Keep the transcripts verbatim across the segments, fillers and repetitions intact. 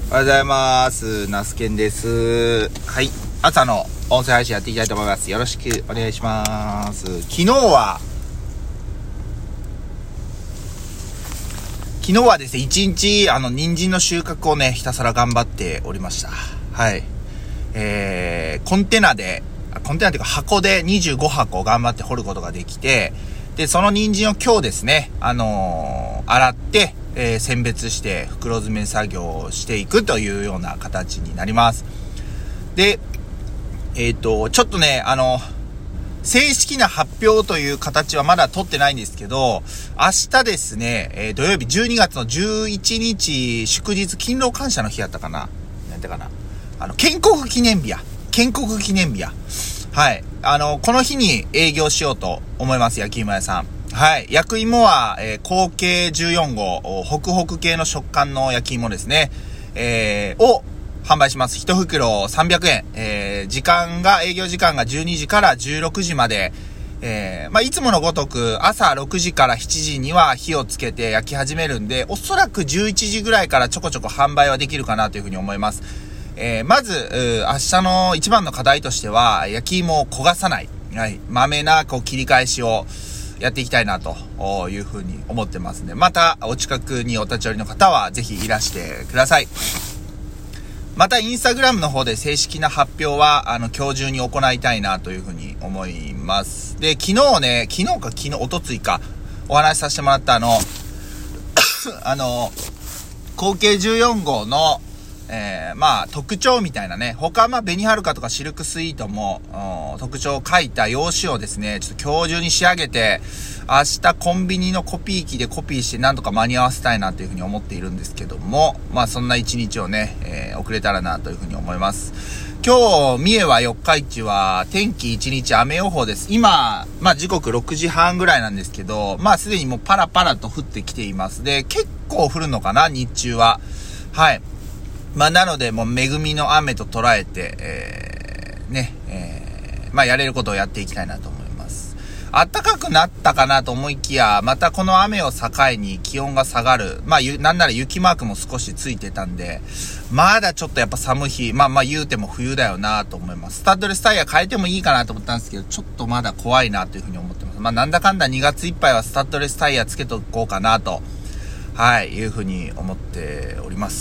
おはようございます。ナスケンです。はい。朝の音声配信やっていきたいと思います。よろしくお願いします。昨日は、昨日はですね、一日、あの、人参の収穫をね、ひたすら頑張っておりました。はい。えー、コンテナで、コンテナっていうか箱でにじゅうごはこ頑張って掘ることができて、で、その人参を今日ですね、あのー、洗って、えー、選別して袋詰め作業をしていくというような形になります。で、えっと、ちょっとね、あの、正式な発表という形はまだ取ってないんですけど、明日ですね、えー、土曜日じゅうにがつのじゅういちにち祝日勤労感謝の日やったかななんやったかなあの、建国記念日や。建国記念日や。はい。あの、この日に営業しようと思います、焼き芋屋さん。はい。焼き芋は、えー、口径じゅうよんごう、ホクホク系の食感の焼き芋ですね。えー、を販売します。一袋さんびゃくえん。えー、時間が、営業時間がじゅうにじからじゅうろくじまで、えー、まあ、いつものごとく朝ろくじからしちじには火をつけて焼き始めるんで、おそらくじゅういちじぐらいからちょこちょこ販売はできるかなというふうに思います。えー、まず、明日の一番の課題としては、焼き芋を焦がさない。はい。まめな、こう、切り返しを、やっていきたいなというふうに思ってますね。またお近くにお立ち寄りの方はぜひいらしてください。またインスタグラムの方で正式な発表はあの今日中に行いたいなというふうに思います。で、昨日ね、昨日か昨日おとついかお話しさせてもらったあのあの口径じゅうよんごうのえー、まあ特徴みたいなね、他はまあ紅はるかとかシルクスイートも特徴を書いた用紙をですね、ちょっと今日中に仕上げて、明日コンビニのコピー機でコピーしてなんとか間に合わせたいなというふうに思っているんですけども、まあそんな一日をね、えー、遅れたらなというふうに思います。今日三重は四日市は天気一日雨予報です。今まあ時刻ろくじはんぐらいなんですけど、まあすでにもうパラパラと降ってきています。で、結構降るのかな、日中は。はい。まあ、なので、もう、恵みの雨と捉えて、えー、ね、えー、まあ、やれることをやっていきたいなと思います。暖かくなったかなと思いきや、またこの雨を境に気温が下がる。まあ、なんなら雪マークも少しついてたんで、まだちょっとやっぱ寒い日、まあまあ言うても冬だよなと思います。スタッドレスタイヤ変えてもいいかなと思ったんですけど、ちょっとまだ怖いなというふうに思ってます。まあ、なんだかんだにがついっぱいはスタッドレスタイヤつけとこうかなと、はい、いうふうに思っております。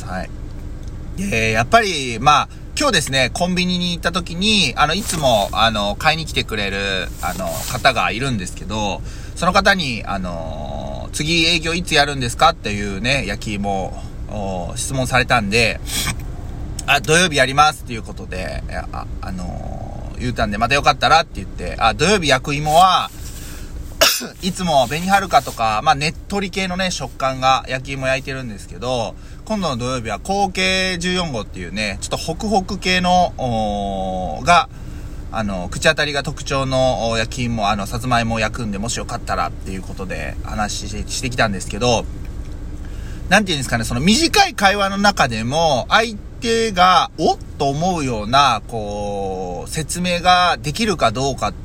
はい。で、やっぱり、まあ、今日ですね、コンビニに行った時に、あの、いつも、あの、買いに来てくれる、あの、方がいるんですけど、その方に、あの、次営業いつやるんですかっていうね、焼き芋を質問されたんで、あ、土曜日やりますっていうことで、あ、あの、言うたんで、またよかったらって言って、あ、土曜日焼く芋は、いつも紅はるかとか、まあ、ねっとり系のね、食感が焼き芋焼いてるんですけど、今度の土曜日は口径じゅうよんごうっていうね、ちょっとホクホク系の、が、あの、口当たりが特徴の焼き芋、あの、さつまいもを焼くんで、もしよかったらっていうことで話ししてきたんですけど、なんていうんですかね、その短い会話の中でも、相手が、おっと思うような、こう、説明ができるかどうかって、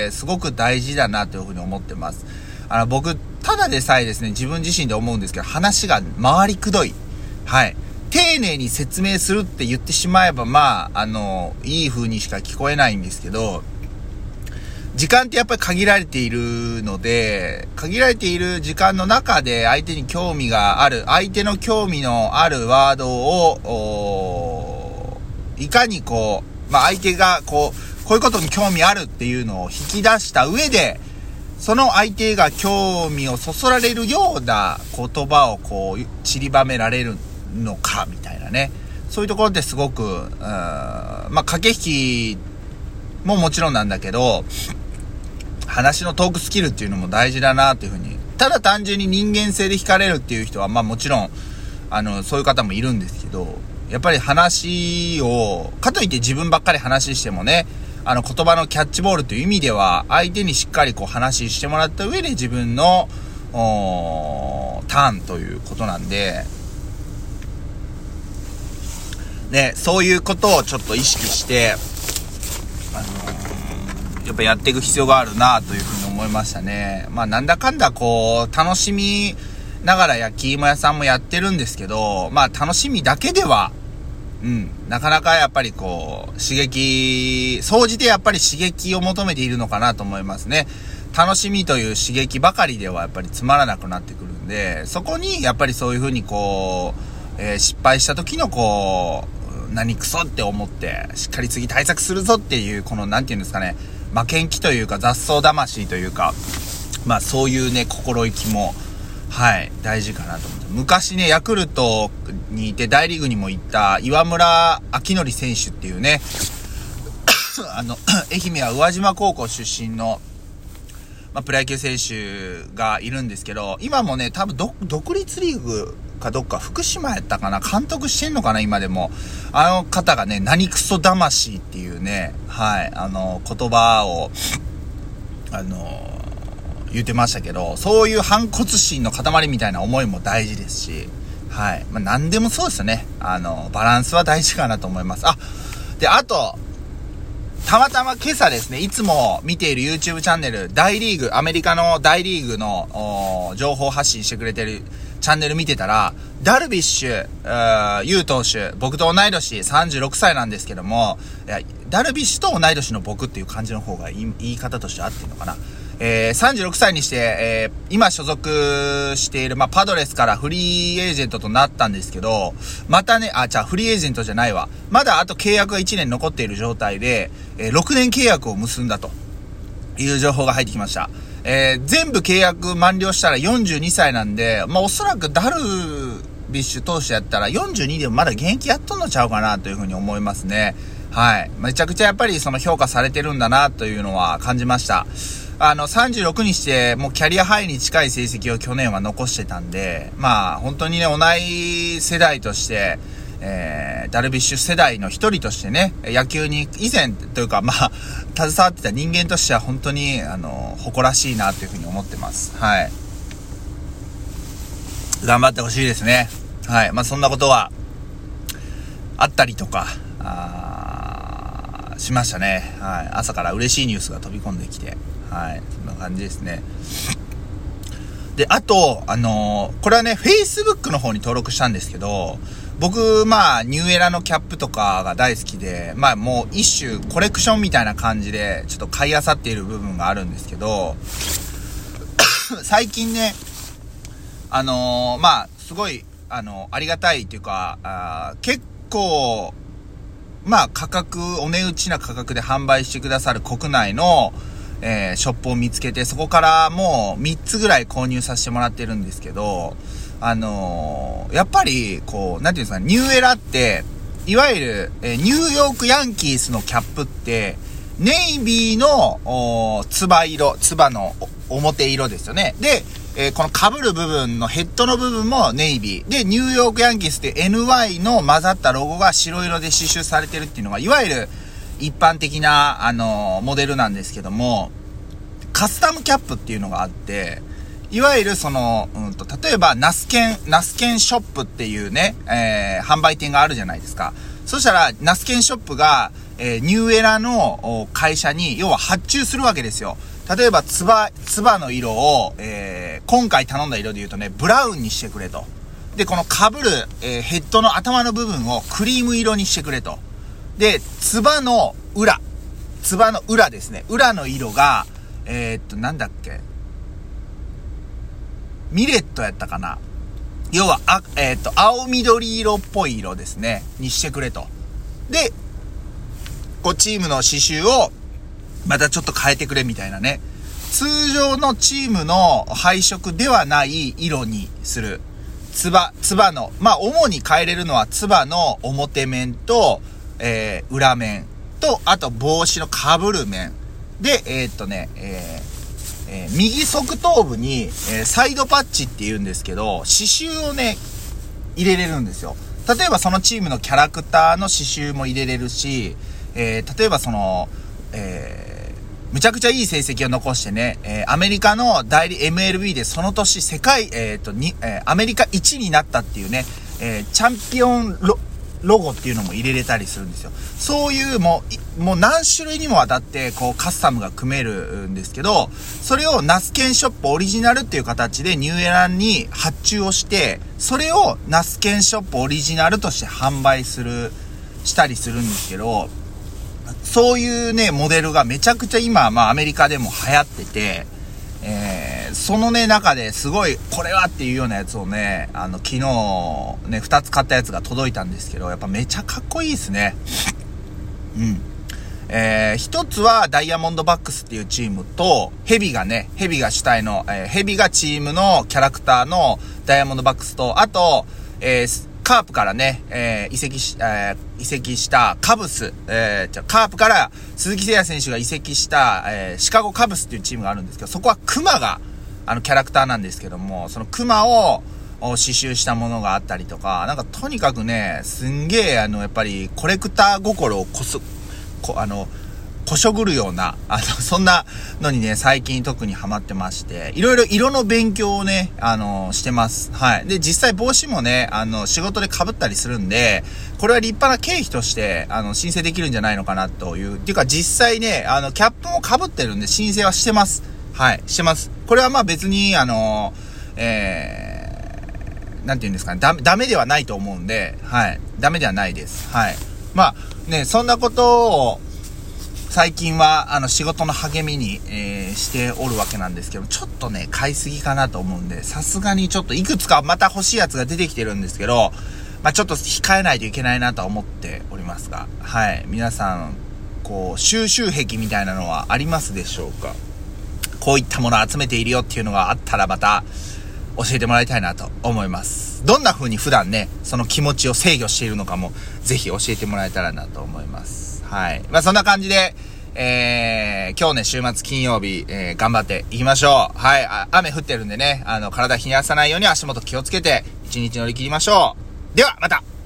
すごく大事だなというふうに思ってます。あの、僕、ただでさえですね、自分自身で思うんですけど、話が回りくどい。はい。丁寧に説明するって言ってしまえば、まあ、あの、いい風にしか聞こえないんですけど、時間ってやっぱり限られているので、限られている時間の中で相手に興味がある、相手の興味のあるワードを、いかにこう、まあ相手がこう、こういうことに興味あるっていうのを引き出した上で、その相手が興味をそそられるような言葉をこう散りばめられるのかみたいなね、そういうところってすごく、うん、まあ駆け引きももちろんなんだけど、話のトークスキルっていうのも大事だなというふうに。ただ単純に人間性で惹かれるっていう人はまあもちろんあのそういう方もいるんですけど、やっぱり話をかといって自分ばっかり話してもね、あの言葉のキャッチボールという意味では相手にしっかりこう話してもらった上で自分のターンということなんでね、そういうことをちょっと意識してあのー、やっぱやっていく必要があるなというふうに思いましたね。まあなんだかんだこう楽しみながら焼き芋屋さんもやってるんですけど、まあ楽しみだけでは、うん、なかなかやっぱりこう、刺激、総じてやっぱり刺激を求めているのかなと思いますね。楽しみという刺激ばかりではやっぱりつまらなくなってくるんで、そこにやっぱりそういう風にこう、えー、失敗した時のこう、何クソって思って、しっかり次対策するぞっていう、このなんていうんですかね、負けん気というか雑草魂というか、まあそういうね、心意気も、はい、大事かなと思って。昔ね、ヤクルトにいて大リーグにも行った岩村明則選手っていうね、あの、愛媛は宇和島高校出身の、まあ、プロ野球選手がいるんですけど、今もね、多分ど、独立リーグかどっか、福島やったかな、監督してんのかな、今でも。あの方がね、何クソ魂っていうね、はい、あの、言葉を、あの、言ってましたけど、そういう反骨心の塊みたいな思いも大事ですし、はい。まあ、何でもそうですよね。あの、バランスは大事かなと思います。あ、で、あと、たまたま今朝ですね、いつも見ている YouTube チャンネル、大リーグ、アメリカの大リーグの情報発信してくれてるチャンネル見てたら、ダルビッシュ、ユー投手、僕と同い年、さんじゅうろくさいなんですけども、いやダルビッシュと同い年の僕っていう感じの方が言い、言い方として合ってるのかな。えー、さんじゅうろくさいにして、えー、今所属している、まあ、パドレスからフリーエージェントとなったんですけど、またね、あ、じゃあフリーエージェントじゃないわ。まだあと契約がいちねん残っている状態で、えー、ろくねん契約を結んだという情報が入ってきました。えー、全部契約満了したらよんじゅうにさいなんで、まあ、おそらくダルビッシュ投手やったらよんじゅうにでもまだ現役やっとんのちゃうかなというふうに思いますね。はい。めちゃくちゃやっぱりその評価されてるんだなというのは感じました。あの、さんじゅうろくにして、もうキャリアハイに近い成績を去年は残してたんで、まあ、本当にね、同い世代として、えー、ダルビッシュ世代の一人としてね、野球に以前というか、まあ、携わってた人間としては本当に、あの、誇らしいなというふうに思ってます。はい。頑張ってほしいですね。はい。まあ、そんなことは、あったりとか、あーしましたね。はい。朝から嬉しいニュースが飛び込んできて、はい。そんな感じですね。で、あと、あのー、これはね、Facebook の方に登録したんですけど、僕、まあ、ニューエラのキャップとかが大好きで、まあ、もう一種コレクションみたいな感じで、ちょっと買い漁っている部分があるんですけど、最近ね、あのー、まあ、すごい、あのー、ありがたいというか、あ結構、まあ、価格、お値打ちな価格で販売してくださる国内の、えー、ショップを見つけて、そこからもうみっつぐらい購入させてもらってるんですけど、あのー、やっぱり、こう、なんていうんですか、ニューエラって、いわゆる、えー、ニューヨークヤンキースのキャップって、ネイビーの、つば色、つばの表色ですよね。で、えー、この被る部分のヘッドの部分もネイビー。で、ニューヨークヤンキースって エヌワイ の混ざったロゴが白色で刺繍されてるっていうのが、いわゆる一般的な、あのー、モデルなんですけども、カスタムキャップっていうのがあって、いわゆるその、うんと、例えば、ナスケン、ナスケンショップっていうね、えー、販売店があるじゃないですか。そしたら、ナスケンショップが、えー、ニューエラの会社に、要は発注するわけですよ。例えば、つば、つばの色を、えー、今回頼んだ色で言うとね、ブラウンにしてくれと。で、この被る、えー、ヘッドの頭の部分をクリーム色にしてくれと。で、つばの裏、つばの裏ですね。裏の色が、えー、っと、なんだっけ。ミレットやったかな。要は、あ、えー、っと、青緑色っぽい色ですね。にしてくれと。で、こう、チームの刺繍を、またちょっと変えてくれみたいなね。通常のチームの配色ではない色にする。つば、つばの、まあ、主に変えれるのはつばの表面と、えー、裏面と、あと帽子の被る面。で、えー、っとね、えーえー、右側頭部に、えー、サイドパッチって言うんですけど、刺繍をね、入れれるんですよ。例えばそのチームのキャラクターの刺繍も入れれるし、えー、例えばその、えー、むちゃくちゃいい成績を残してね、えー、アメリカの代理 エムエルビー でその年世界、えーとにえー、アメリカいちになったっていうね、えー、チャンピオンロロゴっていうのも入れれたりするんですよ。そういうもう、もう何種類にもわたってこうカスタムが組めるんですけど、それをナスケンショップオリジナルっていう形でニューエランに発注をして、それをナスケンショップオリジナルとして販売する、したりするんですけど、そういうね、モデルがめちゃくちゃ今、まあアメリカでも流行ってて、えー、そのね、中ですごい、これはっていうようなやつをね、あの、昨日、ね、二つ買ったやつが届いたんですけど、やっぱめちゃかっこいいですね。うん。えー、一つはダイヤモンドバックスっていうチームと、ヘビがね、ヘビが主体の、えー、ヘビがチームのキャラクターのダイヤモンドバックスと、あと、えー、カープからね、えー、移籍し、えー、移籍したカブス、えー、じゃカープから鈴木誠也選手が移籍した、えー、シカゴカブスっていうチームがあるんですけど、そこはクマが、あの、キャラクターなんですけども、そのクマを刺繍したものがあったりとか、なんかとにかくね、すんげえ、あの、やっぱりコレクター心をこす、こ、あの、こしょぐるような、あの、そんなのにね、最近特にハマってまして、いろいろ色の勉強をね、あの、してます。はい。で、実際帽子もね、あの、仕事で被ったりするんで、これは立派な経費として、あの、申請できるんじゃないのかなという、っていうか実際ね、あの、キャップも被ってるんで申請はしてます。はい、してます。これはまあ別に、あの、えー、なんて言うんですかね、ダメ、ダメではないと思うんで、はい、ダメではないです。はい。まあ、ね、そんなことを、最近は、あの、仕事の励みに、えー、しておるわけなんですけど、ちょっとね、買いすぎかなと思うんで、さすがにちょっといくつかまた欲しいやつが出てきてるんですけど、まあちょっと控えないといけないなとは思っておりますが、はい。皆さん、こう、収集癖みたいなのはありますでしょうか？こういったものを集めているよっていうのがあったらまた、教えてもらいたいなと思います。どんな風に普段ね、その気持ちを制御しているのかも、ぜひ教えてもらえたらなと思います。はい。まあ、そんな感じで、えー、今日ね、週末金曜日、えー、頑張っていきましょう。はい。あ、雨降ってるんでね、あの、体冷やさないように足元気をつけて、一日乗り切りましょう。では、また